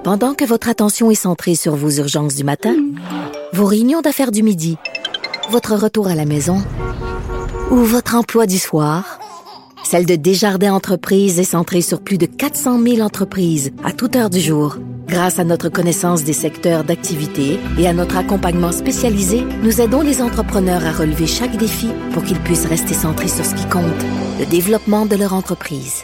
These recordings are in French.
Pendant que votre attention est centrée sur vos urgences du matin, vos réunions d'affaires du midi, votre retour à la maison ou votre emploi du soir, celle de Desjardins Entreprises est centrée sur plus de 400 000 entreprises à toute heure du jour. Grâce à notre connaissance des secteurs d'activité et à notre accompagnement spécialisé, nous aidons les entrepreneurs à relever chaque défi pour qu'ils puissent rester centrés sur ce qui compte, le développement de leur entreprise.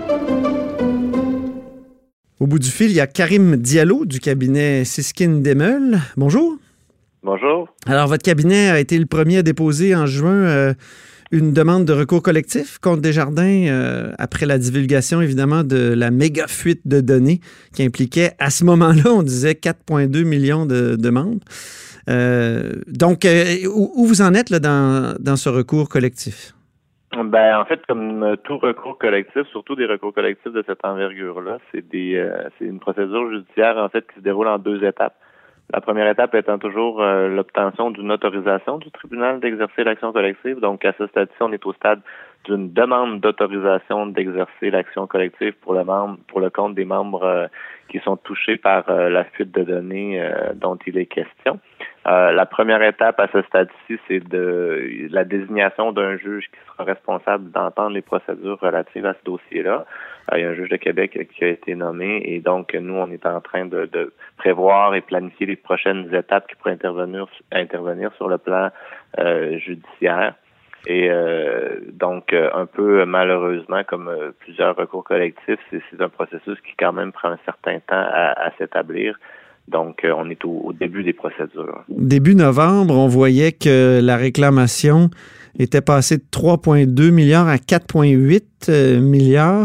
Au bout du fil, il y a Karim Diallo du cabinet Siskin Demel. Bonjour. Bonjour. Alors, votre cabinet a été le premier à déposer en juin une demande de recours collectif contre Desjardins après la divulgation, évidemment, de la méga fuite de données qui impliquait, à ce moment-là, on disait 4,2 millions de membres. Donc, où vous en êtes là, dans ce recours collectif? Ben, en fait, comme tout recours collectif, surtout des recours collectifs de cette envergure-là, c'est une procédure judiciaire, en fait, qui se déroule en 2 étapes. La première étape étant toujours l'obtention d'une autorisation du tribunal d'exercer l'action collective. Donc, à ce stade-ci, on est au stade d'une demande d'autorisation d'exercer l'action collective pour le compte des membres qui sont touchés par la fuite de données dont il est question. La première étape à ce stade-ci, c'est de la désignation d'un juge qui sera responsable d'entendre les procédures relatives à ce dossier-là. Il y a un juge de Québec qui a été nommé et donc nous, on est en train de prévoir et planifier les prochaines étapes qui pourraient intervenir sur le plan judiciaire. Et donc, un peu malheureusement, comme plusieurs recours collectifs, c'est un processus qui quand même prend un certain temps à s'établir. Donc, on est au début des procédures. Début novembre, on voyait que la réclamation était passée de 3,2 milliards à 4,8 milliards.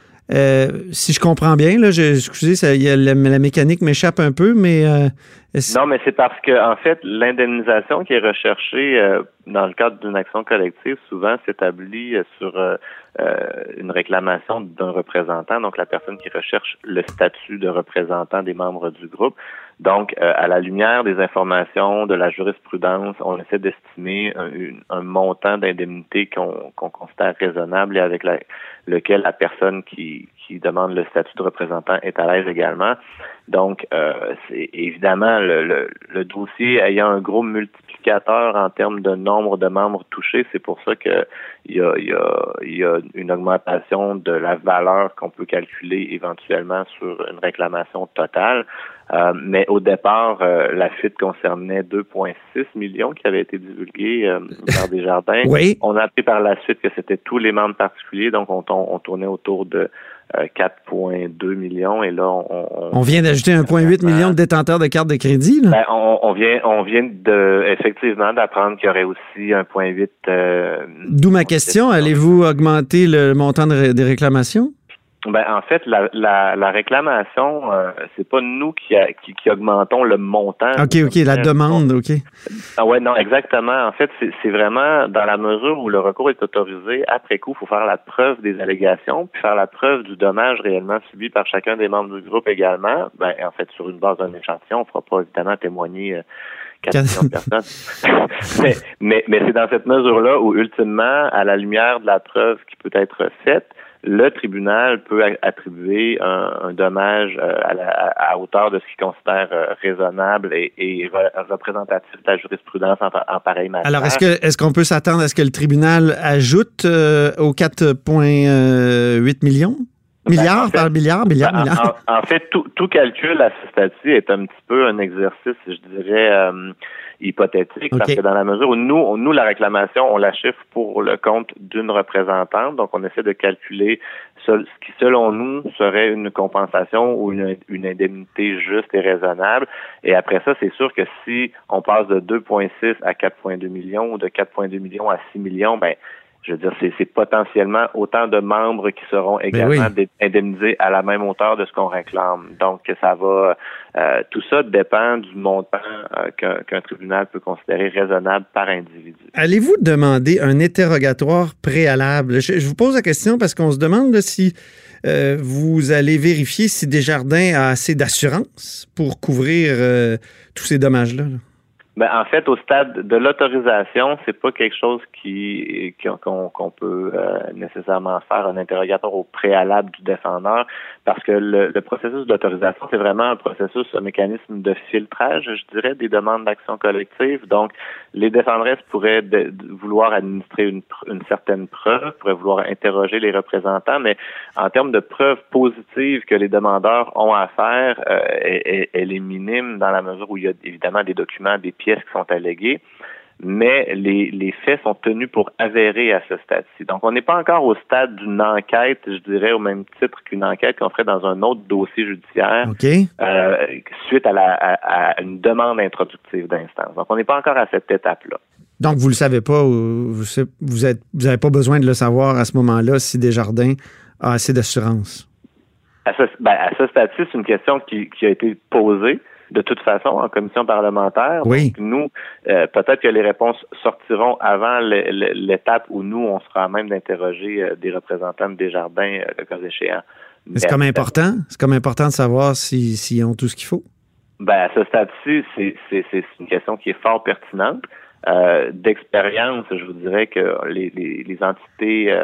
Si je comprends bien, là, excusez, la mécanique m'échappe un peu, mais... Non, mais c'est parce que, en fait, l'indemnisation qui est recherchée dans le cadre d'une action collective, souvent s'établit sur une réclamation d'un représentant, donc la personne qui recherche le statut de représentant des membres du groupe. Donc, à la lumière des informations, de la jurisprudence, on essaie d'estimer un montant d'indemnité qu'on considère raisonnable et avec lequel la personne qui demande le statut de représentant est à l'aise également. Donc, c'est évidemment le dossier ayant un gros multiplicateur en termes de nombre de membres touchés, c'est pour ça que il y a une augmentation de la valeur qu'on peut calculer éventuellement sur une réclamation totale. Mais au départ, la fuite concernait 2,6 millions qui avaient été divulgués par Desjardins. Oui. On a appris par la suite que c'était tous les membres particuliers, donc on tournait autour de 4,2 millions et là on vient d'ajouter 1,8 million de détenteurs de cartes de crédit. Là. Ben, on vient effectivement d'apprendre qu'il y aurait aussi 1,8. D'où ma question, allez-vous augmenter le montant des réclamations? Ben, en fait, la réclamation, c'est pas nous qui augmentons le montant. OK, la demande, OK. Ah ouais, non, exactement. En fait, c'est vraiment dans la mesure où le recours est autorisé, après coup, il faut faire la preuve des allégations, puis faire la preuve du dommage réellement subi par chacun des membres du groupe également. Ben, en fait, sur une base d'un échantillon, on fera pas évidemment témoigner 4 millions de personnes. mais c'est dans cette mesure-là où, ultimement, à la lumière de la preuve qui peut être faite, le tribunal peut attribuer un dommage à hauteur de ce qu'il considère raisonnable et représentatif de la jurisprudence en pareille matière. Alors, est-ce qu'on peut s'attendre à ce que le tribunal ajoute aux 4,8 millions? Milliards par milliard? En fait, tout calcul à ce stade-ci est un petit peu un exercice, je dirais, hypothétique, parce que dans la mesure où nous, la réclamation, on la chiffre pour le compte d'une représentante, donc on essaie de calculer ce qui, selon nous, serait une compensation ou une indemnité juste et raisonnable. Et après ça, c'est sûr que si on passe de 2,6 à 4,2 millions ou de 4,2 millions à 6 millions, ben je veux dire, c'est potentiellement autant de membres qui seront également indemnisés à la même hauteur de ce qu'on réclame. Donc, ça va, tout ça dépend du montant qu'un tribunal peut considérer raisonnable par individu. Allez-vous demander un interrogatoire préalable? Je vous pose la question parce qu'on se demande là, si vous allez vérifier si Desjardins a assez d'assurance pour couvrir tous ces dommages-là. En fait, au stade de l'autorisation, c'est pas quelque chose qu'on peut nécessairement faire un interrogatoire au préalable du défendeur, parce que le processus d'autorisation, c'est vraiment un mécanisme de filtrage, je dirais, des demandes d'action collective. Donc, les défenderesses pourraient vouloir administrer une certaine preuve, pourraient vouloir interroger les représentants, mais en termes de preuves positives que les demandeurs ont à faire, elle est minime dans la mesure où il y a évidemment des documents, des pièces qui sont alléguées, mais les faits sont tenus pour avérés à ce stade-ci. Donc, on n'est pas encore au stade d'une enquête, je dirais, au même titre qu'une enquête qu'on ferait dans un autre dossier judiciaire, suite à une demande introductive d'instance. Donc, on n'est pas encore à cette étape-là. Donc, vous ne le savez pas, vous n'avez pas besoin de le savoir à ce moment-là si Desjardins a assez d'assurance. À ce stade-ci, c'est une question qui a été posée de toute façon en commission parlementaire. Oui. Donc, nous, peut-être que les réponses sortiront avant l'étape où nous, on sera à même d'interroger des représentants de Desjardins, le cas échéant. Mais c'est comme important. C'est comme important de savoir s'ils ont tout ce qu'il faut. À ce stade-ci, c'est une question qui est fort pertinente. D'expérience, je vous dirais que les entités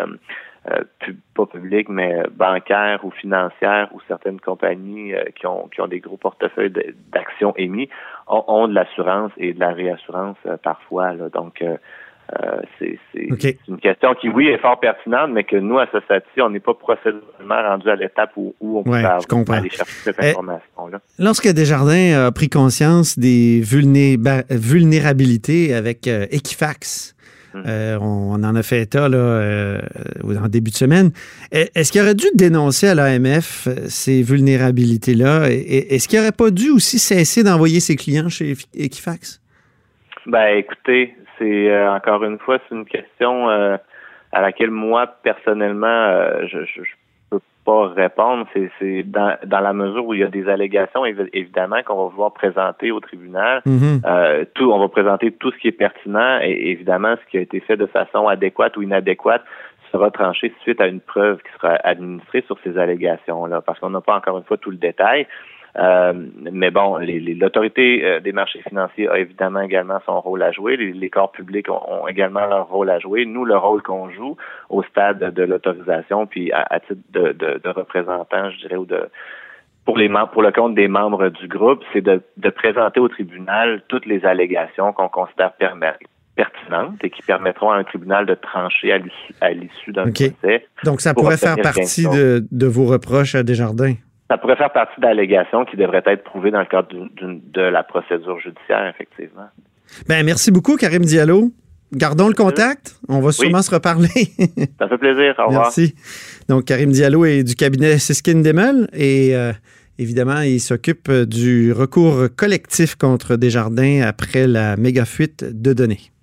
pas publiques, mais bancaires ou financières ou certaines compagnies qui ont des gros portefeuilles d'actions émis ont de l'assurance et de la réassurance parfois. Là. Donc, c'est une question qui, oui, est fort pertinente, mais que nous, à ce stade-ci, on n'est pas procéduralement rendu à l'étape où on peut aller chercher cette information-là. Lorsque Desjardins a pris conscience des vulnérabilités avec Equifax, on en a fait état en début de semaine. Est-ce qu'il aurait dû dénoncer à l'AMF ces vulnérabilités-là? Est-ce qu'il n'aurait pas dû aussi cesser d'envoyer ses clients chez Equifax? Écoutez, c'est encore une fois, c'est une question à laquelle moi, personnellement, je peux pas répondre. C'est dans la mesure où il y a des allégations, évidemment, qu'on va vouloir présenter au tribunal. On va présenter tout ce qui est pertinent et évidemment, ce qui a été fait de façon adéquate ou inadéquate sera tranché suite à une preuve qui sera administrée sur ces allégations-là, parce qu'on n'a pas encore une fois tout le détail. Mais bon, l'autorité des marchés financiers a évidemment également son rôle à jouer. Les corps publics ont également leur rôle à jouer. Nous, le rôle qu'on joue au stade de l'autorisation, puis à titre de représentant, je dirais, ou pour le compte des membres du groupe, c'est de présenter au tribunal toutes les allégations qu'on considère pertinentes et qui permettront à un tribunal de trancher à l'issue d'un procès. Donc, ça pourrait faire partie de vos reproches à Desjardins? Ça pourrait faire partie d'allégations qui devraient être prouvées dans le cadre de la procédure judiciaire, effectivement. Merci beaucoup, Karim Diallo. Gardons le contact. On va sûrement se reparler. Ça fait plaisir. Au revoir. Merci. Donc, Karim Diallo est du cabinet Siskin-Demel et évidemment, il s'occupe du recours collectif contre Desjardins après la méga fuite de données.